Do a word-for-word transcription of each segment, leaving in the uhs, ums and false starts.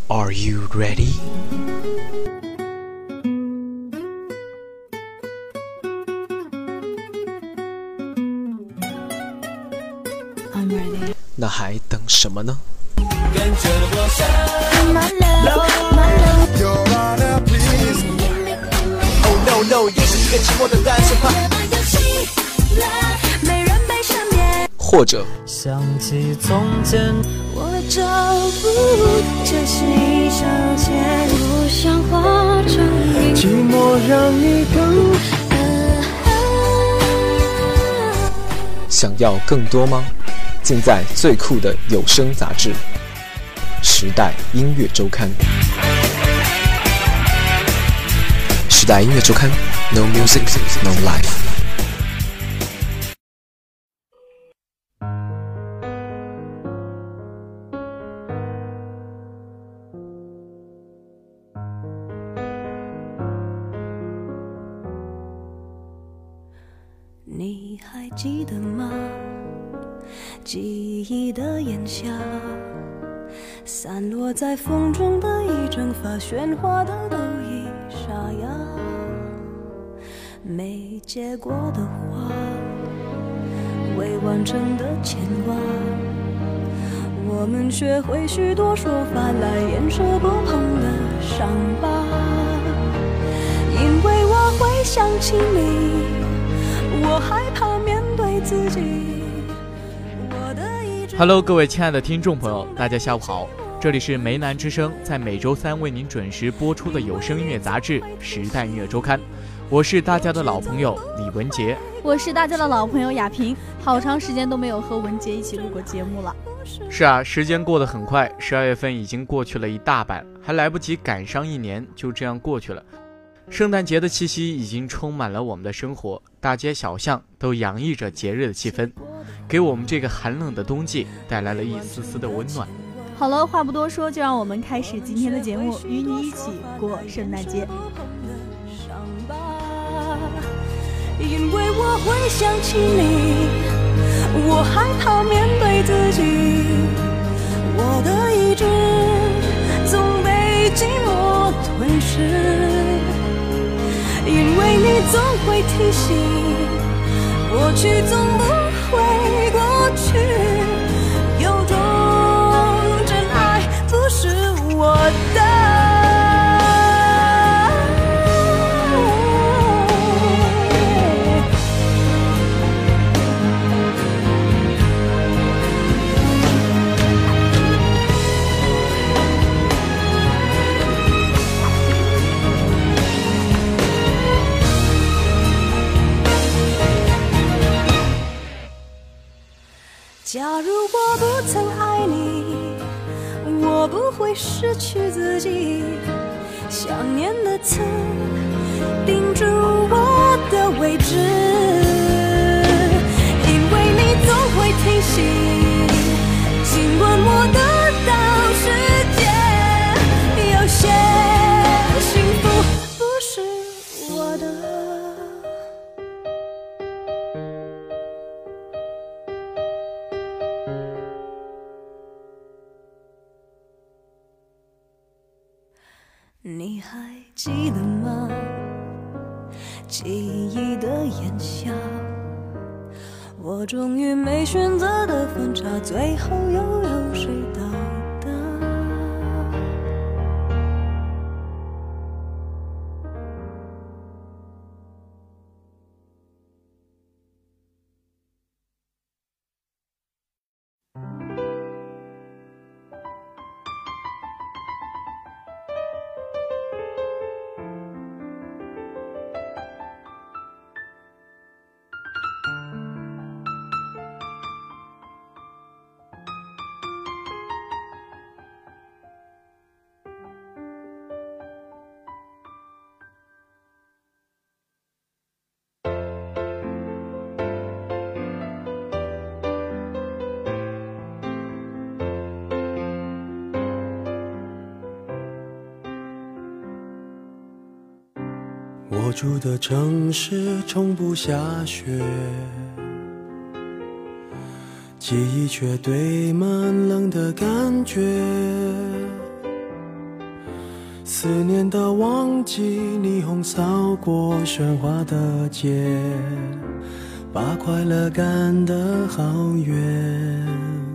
Are you ready? I'm ready. 那还等什么呢？ 跟着我上 My love, my love. Your honor please Oh no no 也是一个寂寞的单身汉没人被缠绵。 或者想起从前我的脚步，这是一场前不想化成冰。 寂寞让你更想要更多吗？尽在最酷的有声杂志《时代音乐周刊》。时代音乐周刊 No music, no life。 你还记得吗？记忆的炎夏，散落在风中的一整发，喧哗的都已沙哑。没结果的花，未完成的牵挂，我们学会许多说法来掩饰不碰的伤疤。因为我会想起你，我害怕面对自己。 Hello， 各位亲爱的听众朋友，大家下午好，这里是梅南之声，在每周三为您准时播出的有声音乐杂志《时代音乐周刊》，我是大家的老朋友李文杰， 我是大家的老朋友雅萍，好长时间都没有和文杰一起录过节目了。 是啊，时间过得很快，十二月份已经过去了一大半，还来不及赶上一年，就这样过去了。圣诞节的气息已经充满了我们的生活，大街小巷都洋溢着节日的气氛，给我们这个寒冷的冬季带来了一丝丝的温暖。 好了，话不多说，就让我们开始今天的节目，与你一起过圣诞节。 因为我会想起你，我害怕面对自己，我的意志总被寂寞吞噬。因为你总会提醒，过去总不会过去，有种真爱不是我的。假如我不曾爱你，我不会失去自己，想念的刺钉住我的位置。因为你总会提醒，尽管我得到世界，有些幸福不是我的。你还记得吗？记忆的炎夏，我终于没选择的分岔，最后又有谁到达？ 我住的城市从不下雪，记忆却堆满冷的感觉。 思念的旺季，霓虹扫过喧哗的街，把快乐赶得好远。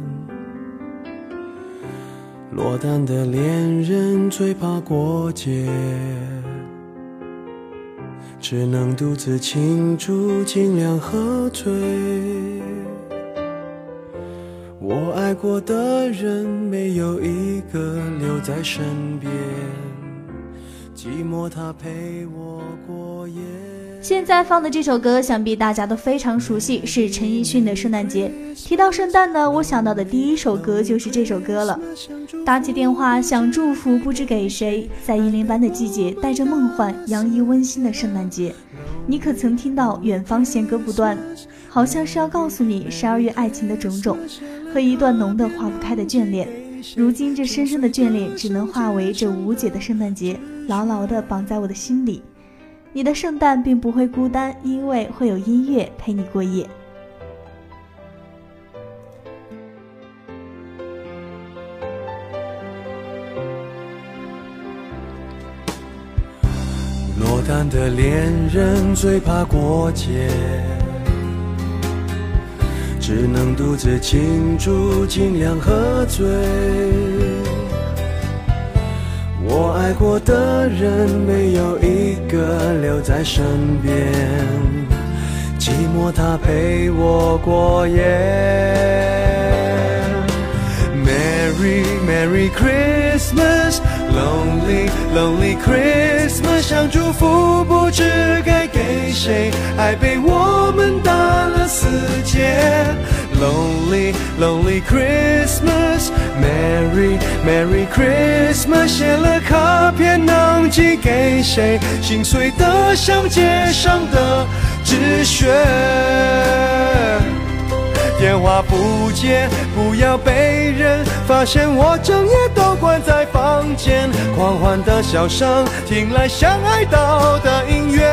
落单的恋人最怕过节，只能独自庆祝，尽量喝醉。我爱过的人没有一个留在身边，寂寞他陪我过夜。 现在放的这首歌想必大家都非常熟悉，是陈奕迅的《圣诞节》。提到圣诞呢，我想到的第一首歌就是这首歌了。打起电话想祝福不知给谁，在银铃般的季节，带着梦幻洋溢温馨的圣诞节，你可曾听到远方弦歌不断，好像是要告诉你十二月爱情的种种和一段浓的化不开的眷恋。如今这深深的眷恋只能化为这无解的圣诞节，牢牢地绑在我的心里。你的圣诞并不会孤单，因为会有音乐陪你过夜。 落单的恋人最怕过节，只能独自庆祝，尽量喝醉。我爱过的人没有一个留在身边，寂寞他陪我过夜。 Merry Merry Christmas Lonely Lonely Christmas 想祝福不知该给谁，爱被我们打了死结。 Lonely Lonely Christmas Merry Merry Christmas 写了卡片能寄给谁，心碎得像街上的纸屑。电话不接，不要被人发现我整夜都关在房间，狂欢的笑声听来像哀悼的音乐，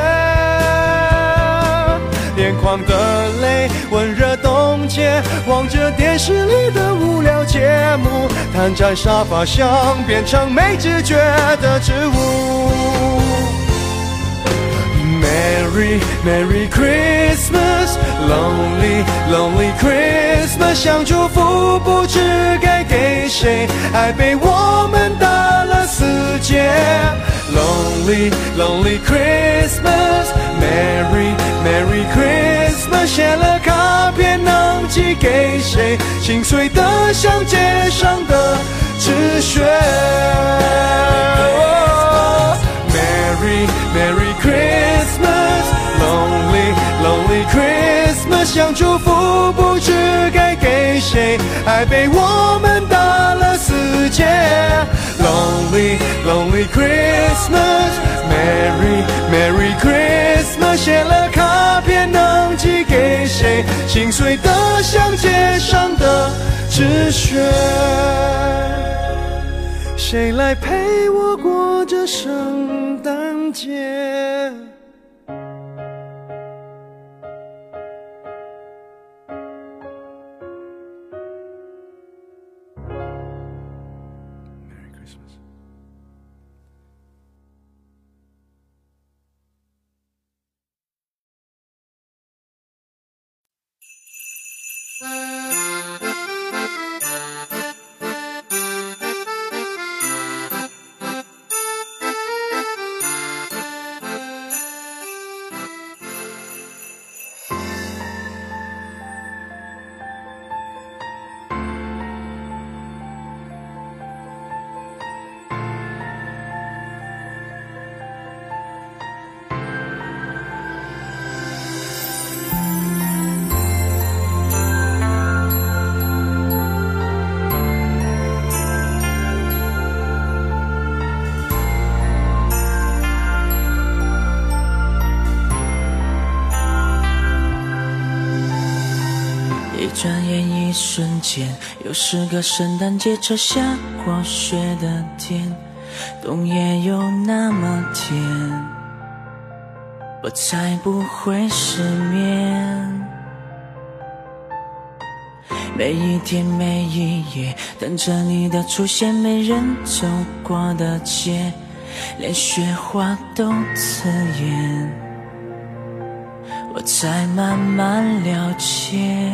眼眶的泪温热冻结，望着电视里的无聊节目，瘫在沙发上变成没知觉的植物。Merry Merry Christmas Lonely Lonely Christmas 想祝福不知该给谁，爱被我们打了死结。 Lonely Lonely Christmas Merry Merry Christmas 写了卡片能寄给谁，心碎得像街上的纸屑。 Merry Merry Christmas Lonely Lonely Christmas 想祝福不知该给谁，爱被我们打了死结。 Lonely Lonely Christmas Merry Merry Christmas 写了卡片能寄给谁，心碎得像街上的纸屑。谁来陪我过这圣诞节？ 转眼一瞬间，又是个圣诞节，这下过雪的天，冬夜又那么甜，我才不会失眠。每一天每一夜，等着你的出现，没人走过的街， 连雪花都刺眼，我才慢慢了解，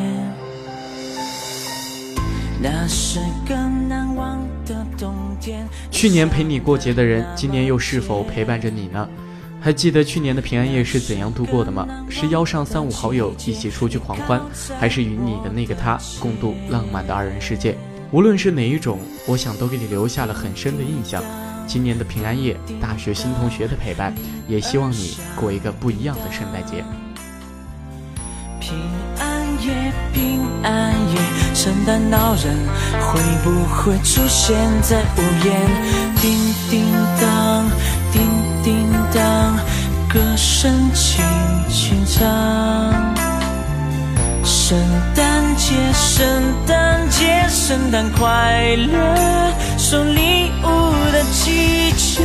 那是个难忘的冬天。 去年陪你过节的人，今年又是否陪伴着你呢？还记得去年的平安夜是怎样度过的吗？是邀上三五好友一起出去狂欢，还是与你的那个他共度浪漫的二人世界？无论是哪一种，我想都给你留下了很深的印象。今年的平安夜，大学新同学的陪伴，也希望你过一个不一样的圣诞节。 平安夜，平安夜，圣诞老人会不会出现在屋檐？叮叮当，叮叮当，歌声轻轻唱。圣诞节，圣诞节，圣诞快乐，送礼物的季节。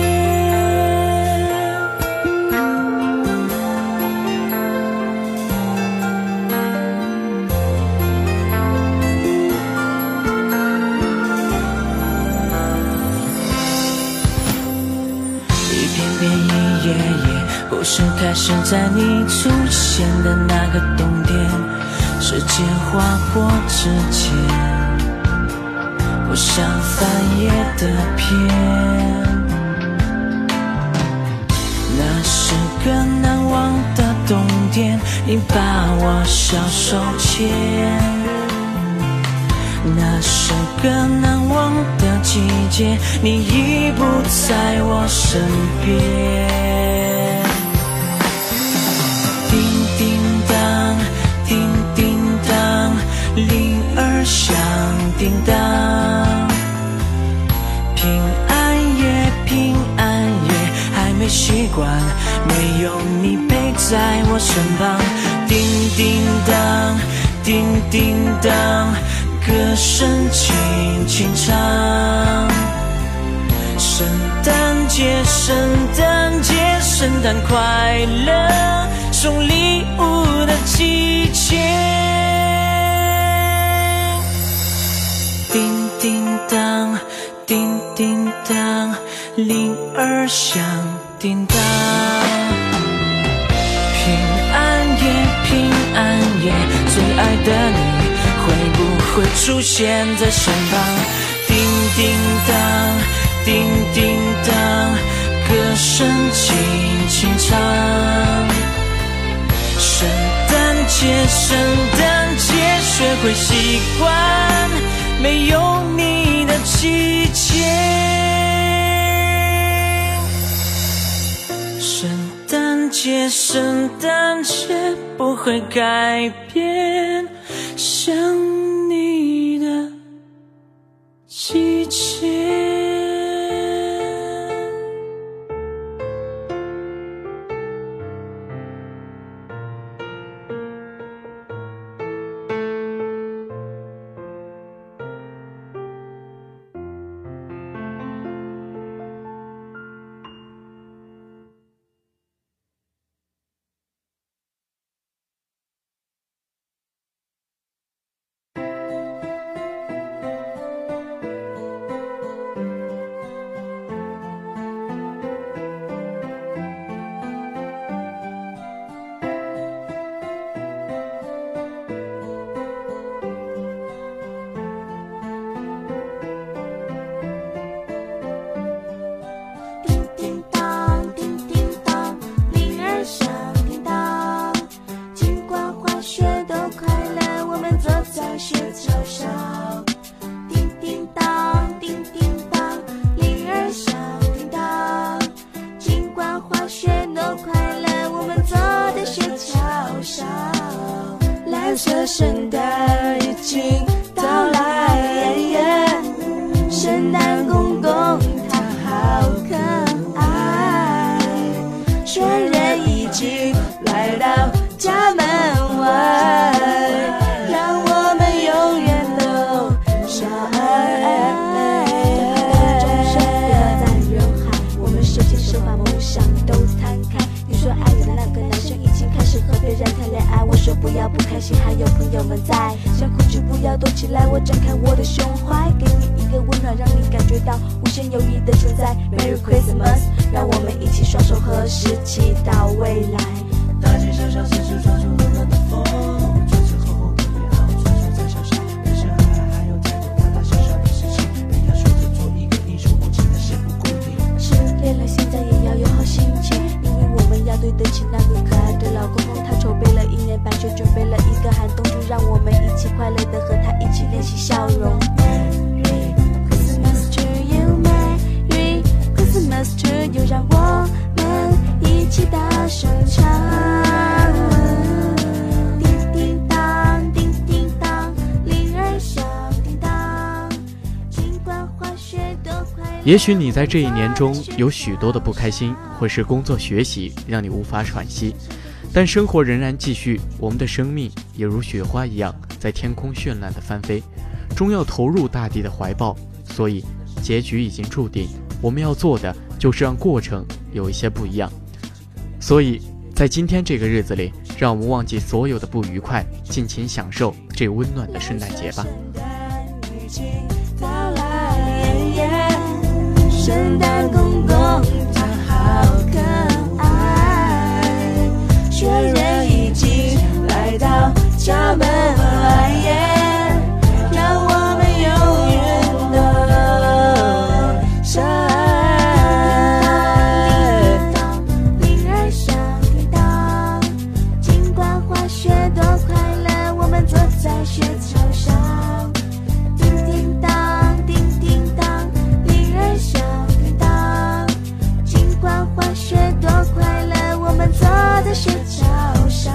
故事开始在你出现的那个冬天，时间划过之前，不想翻页的篇，那是个难忘的冬天，你把我小手牵，那是个难忘的季节，你已不在我身边。叮叮当，叮叮当，铃儿响叮当。平安夜，平安夜，还没习惯没有你陪在我身旁。叮叮当，叮叮当，歌声轻轻唱。圣诞节，圣诞节，圣诞快乐，送礼物的季节。叮叮当，叮叮当，铃儿响叮当。平安夜，平安夜，最爱的你会不会出现在身旁？叮叮当，叮叮当，歌声轻轻唱。圣诞节，圣诞节，学会习惯没有你的季节。圣诞节，圣诞节，不会改变想你的季节。 圣诞已经到来，圣诞公公他好可爱，全人已经来到家门外，让我们永远都相爱。众生不要在人海，我们手牵手把梦想都摊开。你说爱的那个男生已经开始和别人谈恋爱，我说不要不开心，还有朋友们在，想哭就不要躲起来，我展开我的胸怀，给你一个温暖，让你感觉到无限友谊的存在。 Merry Christmas， 让我们一起双手合十，祈祷未来。 大街小巷四处传出温暖的风，穿着厚厚的棉袄，穿梭在小巷，人生海海还有太多大大小小的事情，人要学着做一个英雄，我记得谁不孤立。 失恋了，现在也要有好心情，因为我们要对得起那个可爱的老公公。他筹备了一年半，却准备了一个寒冬，就让我们一起快乐的和他一起练习笑容。Merry Christmas to you, Merry Christmas to you， 让我们一起大声唱。叮叮当，叮叮当，铃儿响叮当，尽管滑雪多快乐。 也许你在这一年中有许多的不开心，或是工作学习让你无法喘息，但生活仍然继续，我们的生命也如雪花一样在天空绚烂的翻飞，终要投入大地的怀抱。所以结局已经注定，我们要做的就是让过程有一些不一样。所以在今天这个日子里，让我们忘记所有的不愉快，尽情享受这温暖的圣诞节吧。 圣诞公公他好可爱，雪人已经来到家门外耶，让我们永远的相爱。铃儿响叮当，尽管滑雪多快乐，我们坐在雪橇上。叮叮当，叮叮当，铃儿响叮当，尽管滑雪多快乐，我们坐在雪橇上。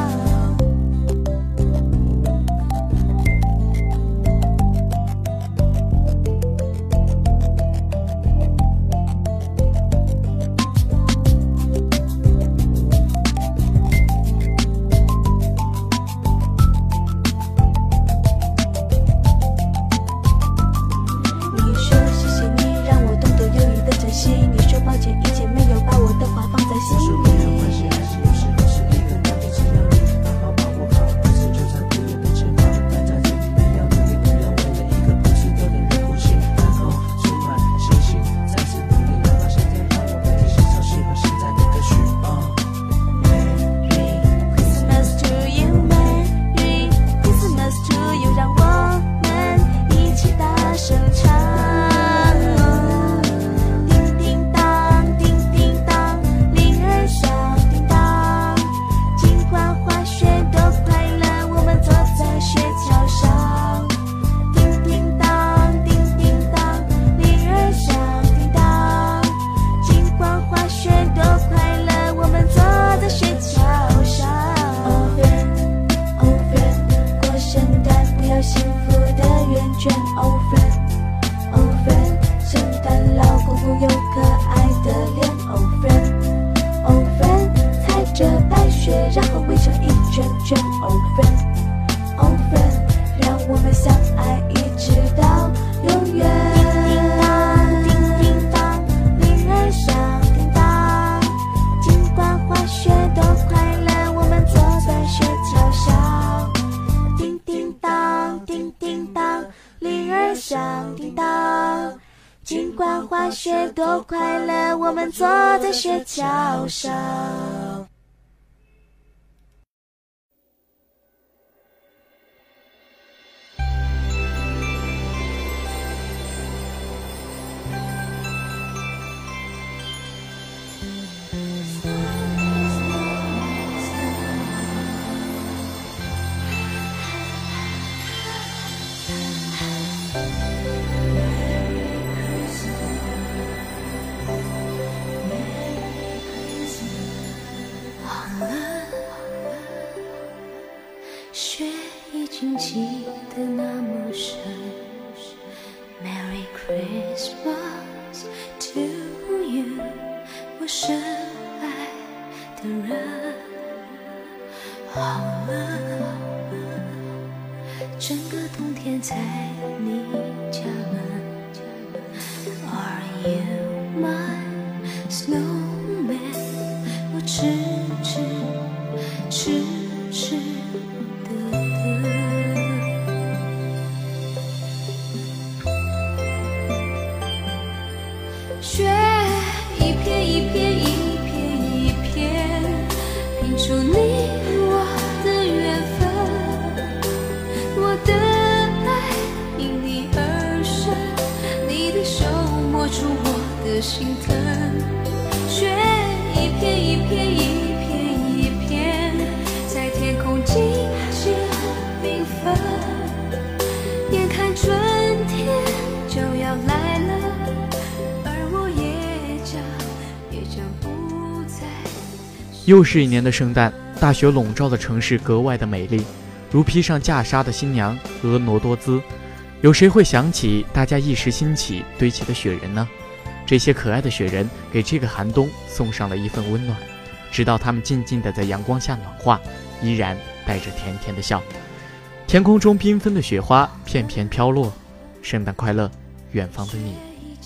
你说谢谢你，让我懂得友谊的珍惜。你说抱歉，以前没有把我的话放在心说没有关里。 系，还是有时候是一个难题，只要你好好把握好，但是就算不愿被吃饱，但在这里也要努力，不要为了一个不值得的人哭泣，然后充满信心，再次努力，哪怕现在让我们一起唱适合现在的歌曲。 Merry Christmas to you, Merry Christmas to you， 让我们一起大声唱。叮叮当，叮叮当，铃儿响叮当，尽管滑雪多快乐，我们坐在雪橇上。叮叮当，叮叮当，铃儿响叮当，尽管滑雪多快乐，我们坐在雪橇上。Oh friend, oh friend， 过圣诞不要幸福的圆圈。Oh friend, oh friend， 圣诞老公公有可爱的脸。Oh friend, oh friend， 踩着白雪然后围成一圈圈。Oh friend, oh friend， 让我们相爱一直到永远。叮叮当，铃儿响叮当，尽管滑雪多快乐，我们坐在雪橇上。叮叮当，叮叮当，铃儿响叮当，尽管滑雪多快乐，我们坐在雪橇上。雪已经积得那么深。Merry Christmas to you， 我深爱的人。好了，整个冬天在你家门。Are you my snowman？ 我痴痴痴痴的等。 雪一片一片一片一片，拼出你我的缘分。我的爱因你而生，你的手摸出我的心疼。雪一片一片一片一片，在天空静静缤纷。眼看春天就要来了，而我也将也将不再。 又是一年的圣诞，大雪笼罩的城市格外的美丽，如披上袈裟的新娘婀娜多姿。有谁会想起大家一时兴起堆起的雪人呢？这些可爱的雪人给这个寒冬送上了一份温暖，直到他们静静地在阳光下暖化，依然带着甜甜的笑。天空中缤纷的雪花片片飘落，圣诞快乐，远方的你。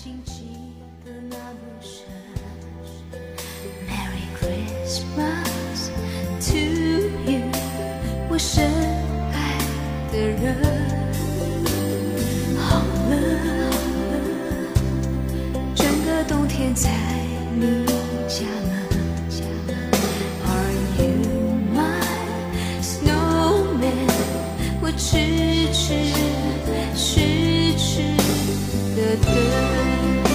我深爱的人，好了好了，整个冬天在你家了。Are you my snowman？ 我痴痴痴痴的等。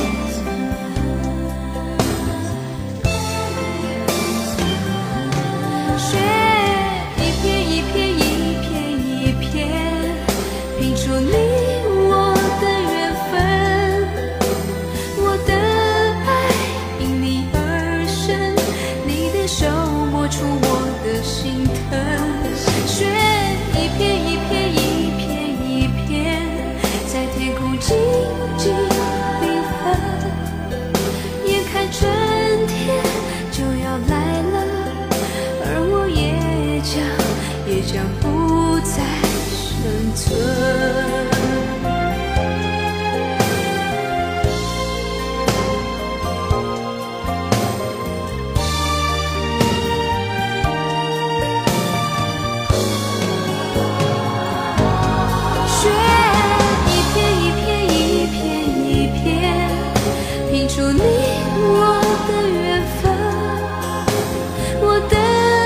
将不再生存。雪一片一片一片一片，拼出你我的缘分。我的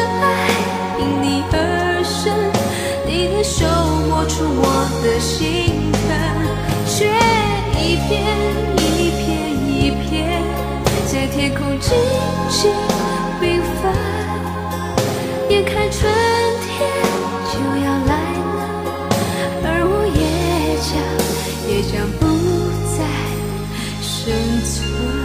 你的手摸出我的心疼，雪一片一片一片，在天空静静缤纷。眼看春天就要来了，而我也将也将不再生存。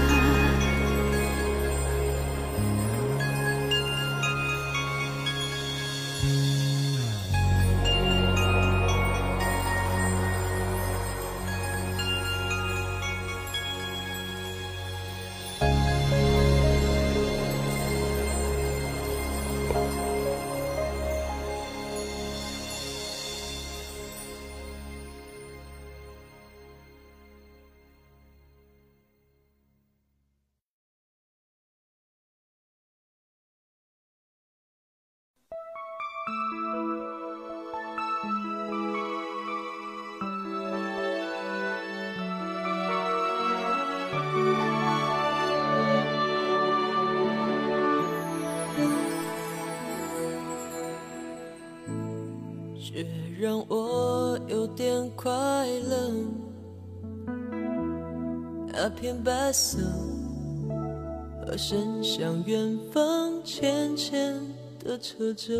却让我有点快乐。那片白色，和伸向远方浅浅的扯着。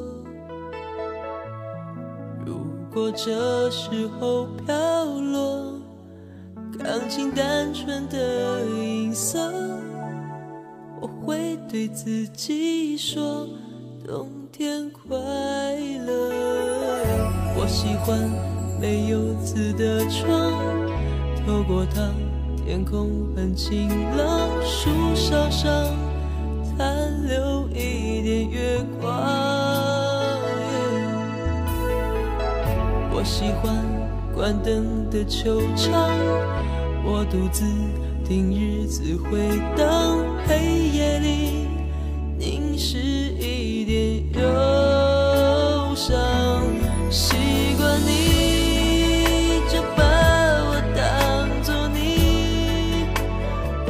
如果这时候飘落，钢琴单纯的音色，我会对自己说，冬天快乐。我喜欢没有字的窗，透过它天空很晴朗，树梢上残留一点月光。我喜欢关灯的球场，我独自听日子回荡，黑夜里凝视一点忧伤。习惯你就把我当作你，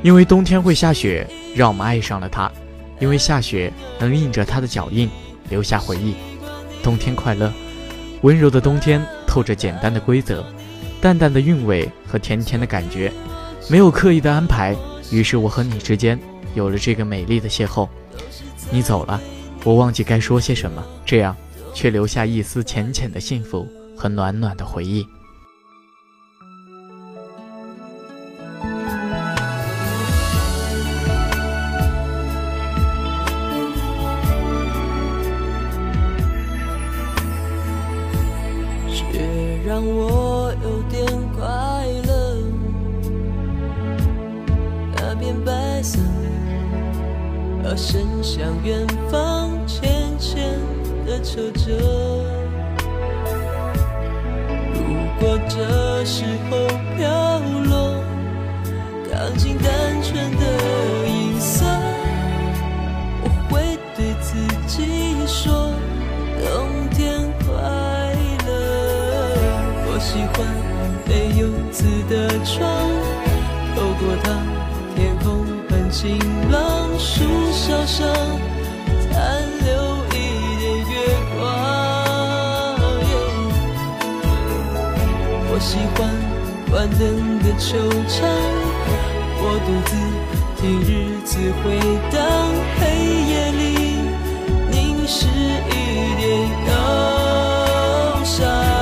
因为冬天会下雪，让我们爱上了它；因为下雪能印着它的脚印，留下回忆。冬天快乐，温柔的冬天透着简单的规则，淡淡的韵味和甜甜的感觉，没有刻意的安排，于是我和你之间有了这个美丽的邂逅。你走了，我忘记该说些什么，这样却留下一丝浅浅的幸福和暖暖的回忆。 让我有点快乐，那片白色而伸向远方，浅浅的抽着。如果这时候飘落，钢琴单纯的音色，我会对自己说，冬天快乐。我喜欢没有字的窗，透过它天空很晴朗，树梢上残留一点月光。我喜欢关灯的球场，我独自听日子回荡，黑夜里凝视一点忧伤。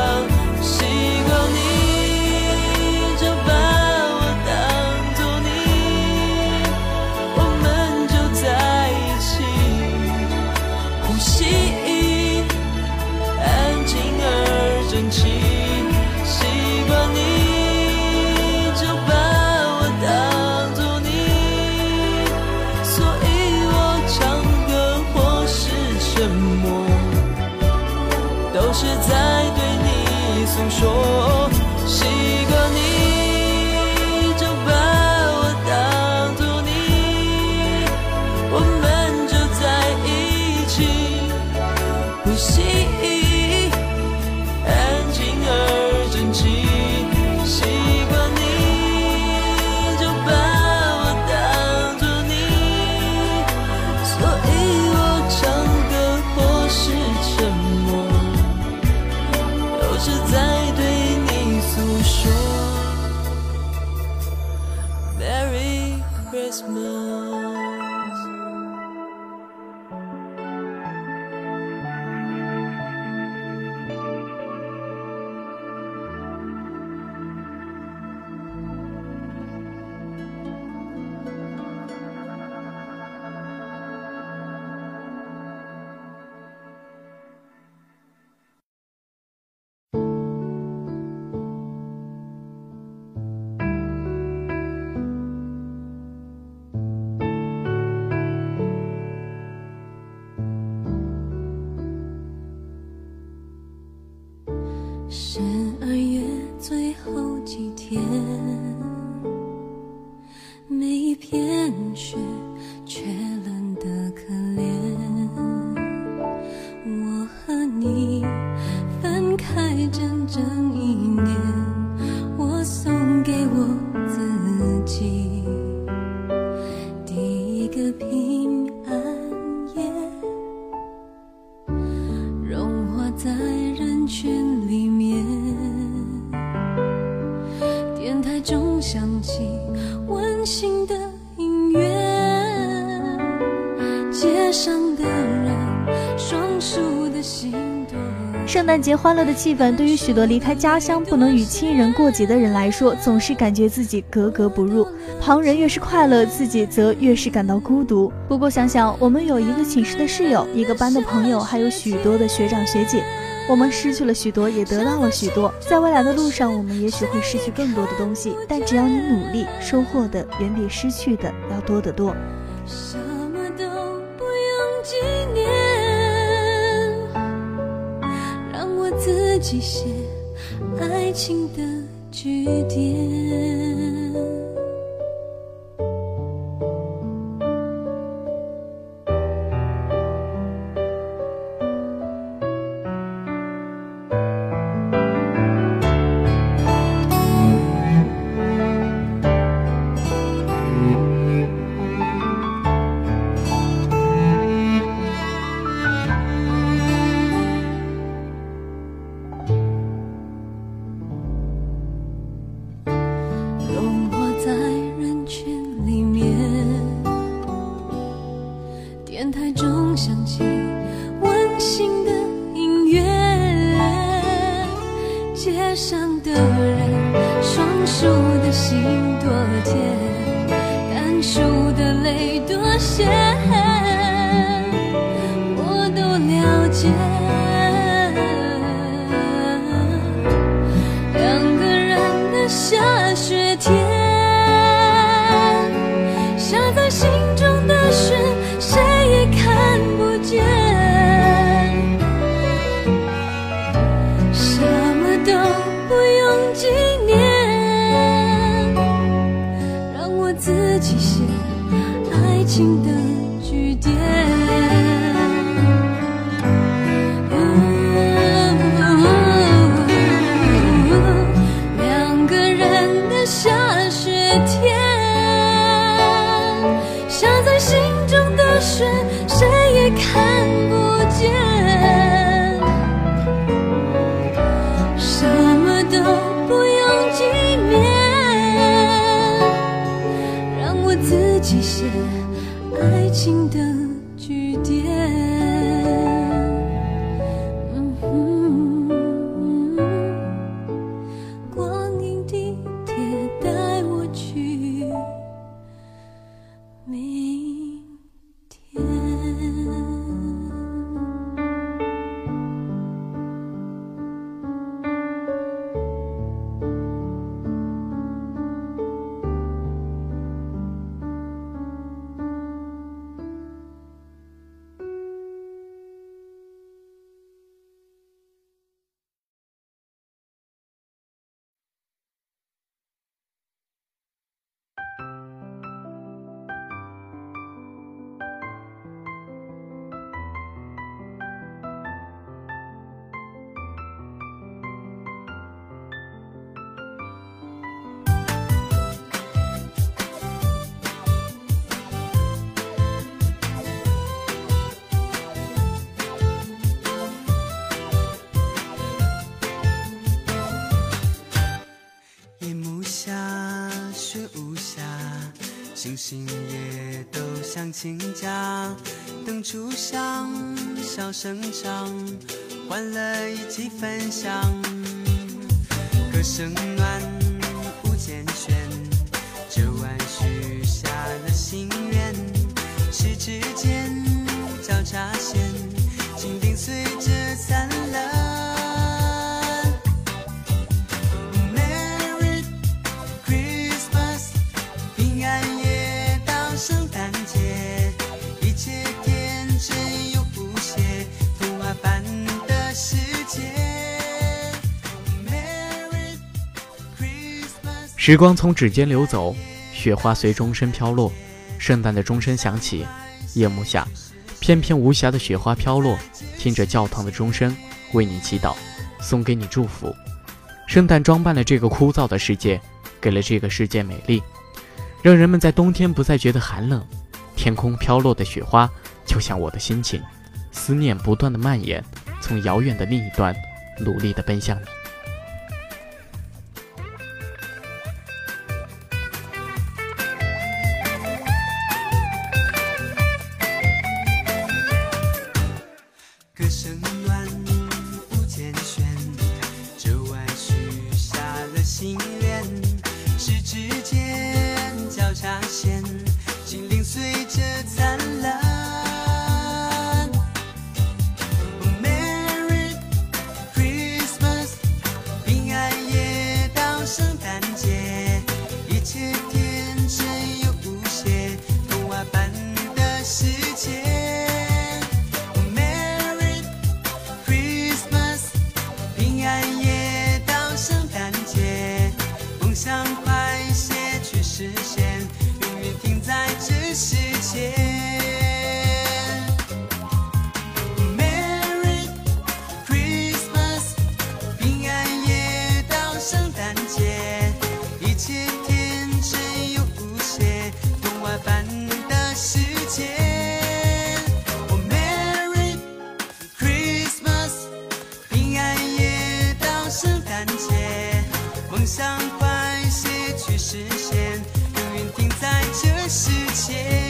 都是在对你诉说，习惯你就把我当作你，我们就在一起呼吸，安静而整齐。习惯你就把我当作你，所以我唱歌或是沉默，是在对你诉说 Merry Christmas。 十二月最后几天，每一片雪却冷得可怜。我和你分开整整一年，我送给我自己第一个平安夜，融化在人群里面。电台中响起温馨的音乐，街上的人双数的心多。 圣诞节欢乐的气氛，对于许多离开家乡不能与亲人过节的人来说，总是感觉自己格格不入。旁人越是快乐，自己则越是感到孤独。不过想想，我们有一个寝室的室友，一个班的朋友，还有许多的学长学姐。我们失去了许多，也得到了许多。在未来的路上，我们也许会失去更多的东西，但只要你努力，收获的远比失去的要多得多。 什么都不用纪念，让我自己写爱情的句点。 想的人，双数的心多甜，单数的泪多咸，我都了解。两个人的下雪天，下在心中的雪，谁也看不见。什么都不用纪念，让我自己写爱情的句点。两个人的下雪天，下在心中的雪，谁也看不见。什么都不用纪念，让我自己写爱情的句点。嗯哼，光阴地铁带我去明天。 星星也都像亲家，灯烛响，笑声唱，欢乐一起分享，歌声暖，舞间旋，这晚许下了心愿，十指间交叉线，心灵随着灿烂。圣诞节，一切天真又不屑，童话般的世界。 时光从指尖流走，雪花随钟声飘落，圣诞的钟声响起，夜幕下，翩翩无瑕的雪花飘落，听着教堂的钟声，为你祈祷，送给你祝福。圣诞装扮了这个枯燥的世界，给了这个世界美丽。让人们在冬天不再觉得寒冷，天空飘落的雪花就像我的心情，思念不断的蔓延，从遥远的另一端努力地奔向你。 歌声暖，舞间旋，这晚许下了心愿，十指间交叉线，心灵随着灿烂。Merry Christmas， 平安夜到圣诞节，一切天真又无邪，童话般的世界。Merry Christmas， 平安夜到圣诞节，梦想快些去实现，永远停在这世界。Merry Christmas， 平安夜到圣诞节，一切天真又无邪，童话般的世界。Oh Merry Christmas， 平安夜到圣诞节，梦想快些去实现，永远停在这世界。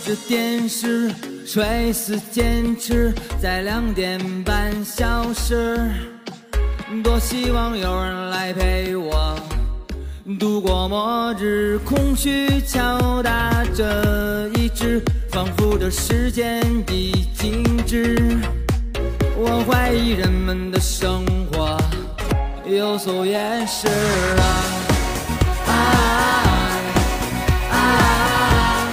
着电视，垂死坚持在两点半消失。多希望有人来陪我度过末日，空虚敲打着意志，仿佛这时间已静止。我怀疑人们的生活有所掩饰啊啊啊啊！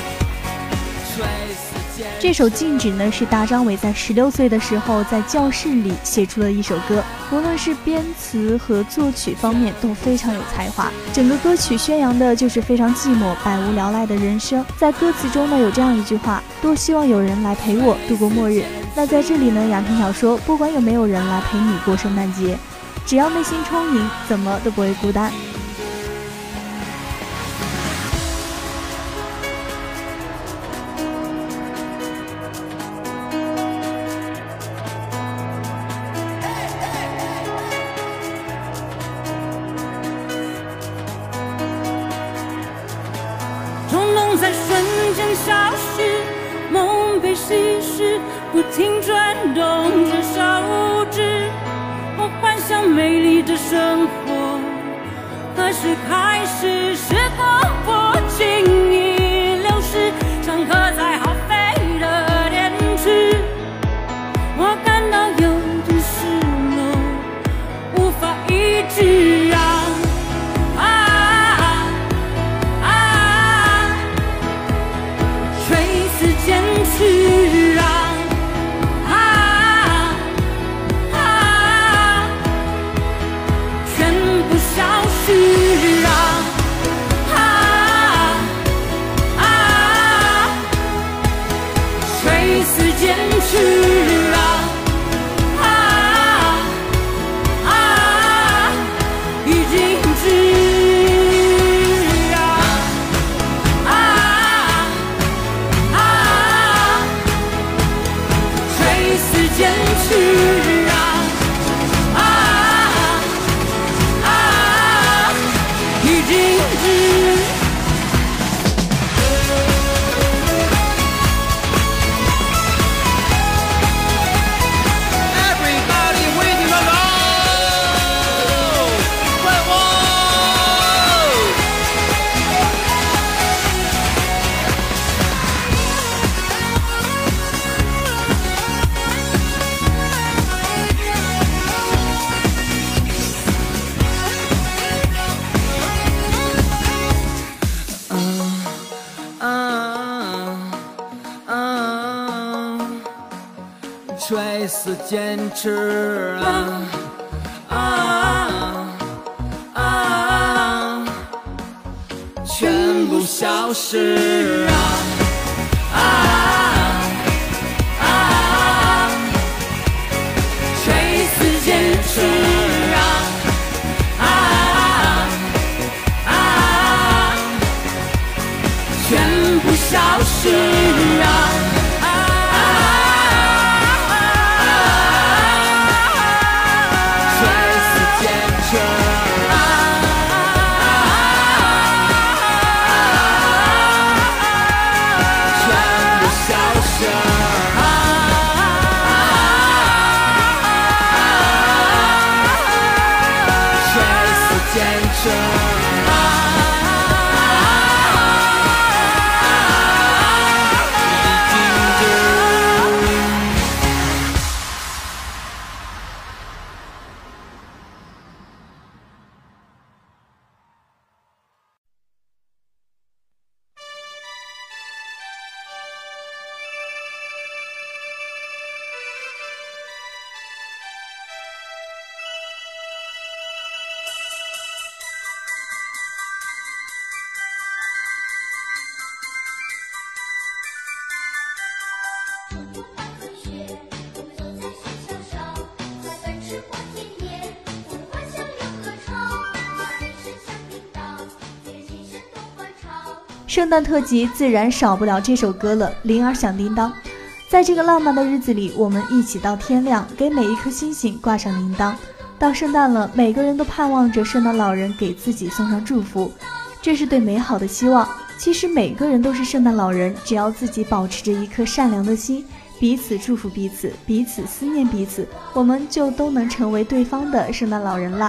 这首《静止》呢，是大张伟在十六岁的时候在教室里写出的一首歌，无论是编词和作曲方面都非常有才华。整个歌曲宣扬的就是非常寂寞、百无聊赖的人生。在歌词中呢，有这样一句话：多希望有人来陪我度过末日。那在这里呢，杨天晓说，不管有没有人来陪你过圣诞节，只要内心充盈，怎么都不会孤单。 在瞬间消失，梦被稀释，不停转动着手指。我幻想美丽的生活，何时开始？时光不轻易流逝，像刻在耗费的电池。我感到有点失落，无法抑制啊。坚持啊啊啊！全部消失啊啊啊！垂死坚持啊啊啊！已静止。坚持啊啊啊！已静止。Everybody waiting on the快活。垂死坚持啊啊啊！全部消失啊啊啊！垂死坚持啊啊啊！全部消失啊！ 圣诞特辑自然少不了这首歌了，铃儿响叮当。在这个浪漫的日子里，我们一起到天亮，给每一颗星星挂上铃铛。到圣诞了，每个人都盼望着圣诞老人给自己送上祝福，这是对美好的希望。 其实每个人都是圣诞老人，只要自己保持着一颗善良的心，彼此祝福彼此，彼此思念彼此，我们就都能成为对方的圣诞老人啦。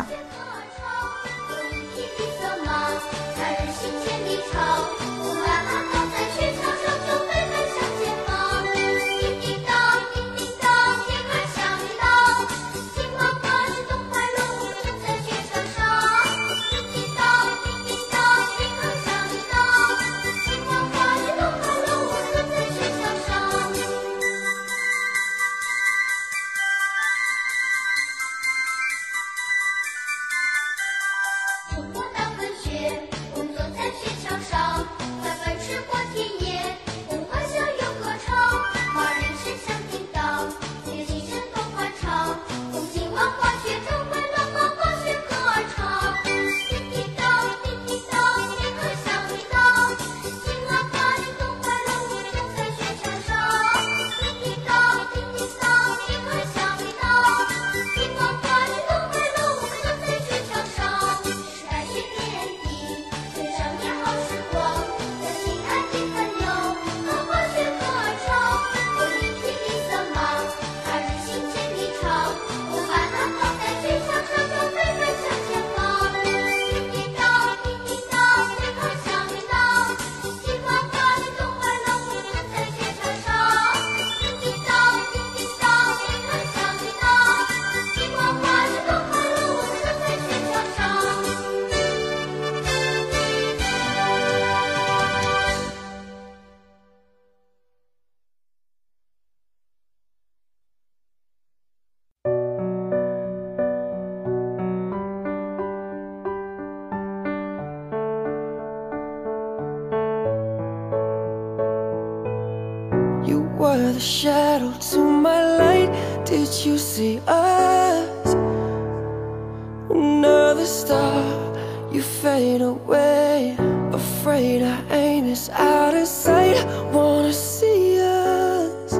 were the shadow to my light. Did you see us? Another star, you fade away. Afraid our aim is out of sight. Wanna see us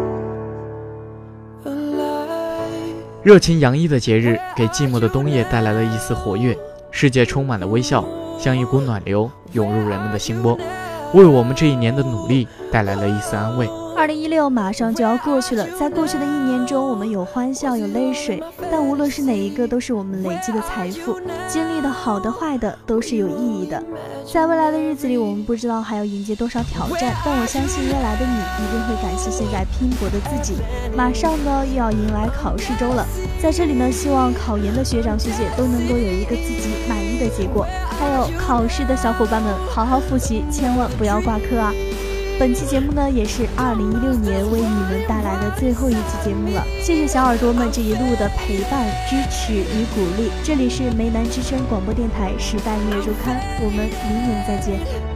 alive. 热情洋溢的节日，给寂寞的冬夜带来了一丝活跃。世界充满了微笑，像一股暖流涌入人们的心窝，为我们这一年的努力带来了一丝安慰。 二零一六马上就要过去了，在过去的一年中，我们有欢笑，有泪水，但无论是哪一个，都是我们累积的财富。经历的好的、坏的，都是有意义的。在未来的日子里，我们不知道还要迎接多少挑战，但我相信未来的你一定会感谢现在拼搏的自己。马上呢，又要迎来考试周了，在这里呢，希望考研的学长学姐都能够有一个自己满意的结果。还有考试的小伙伴们，好好复习，千万不要挂科啊！本期节目呢，也是二零一六年为你们带来的最后一期节目了。谢谢小耳朵们这一路的陪伴、支持与鼓励。这里是梅南之声广播电台时代音乐周刊，我们明年再见。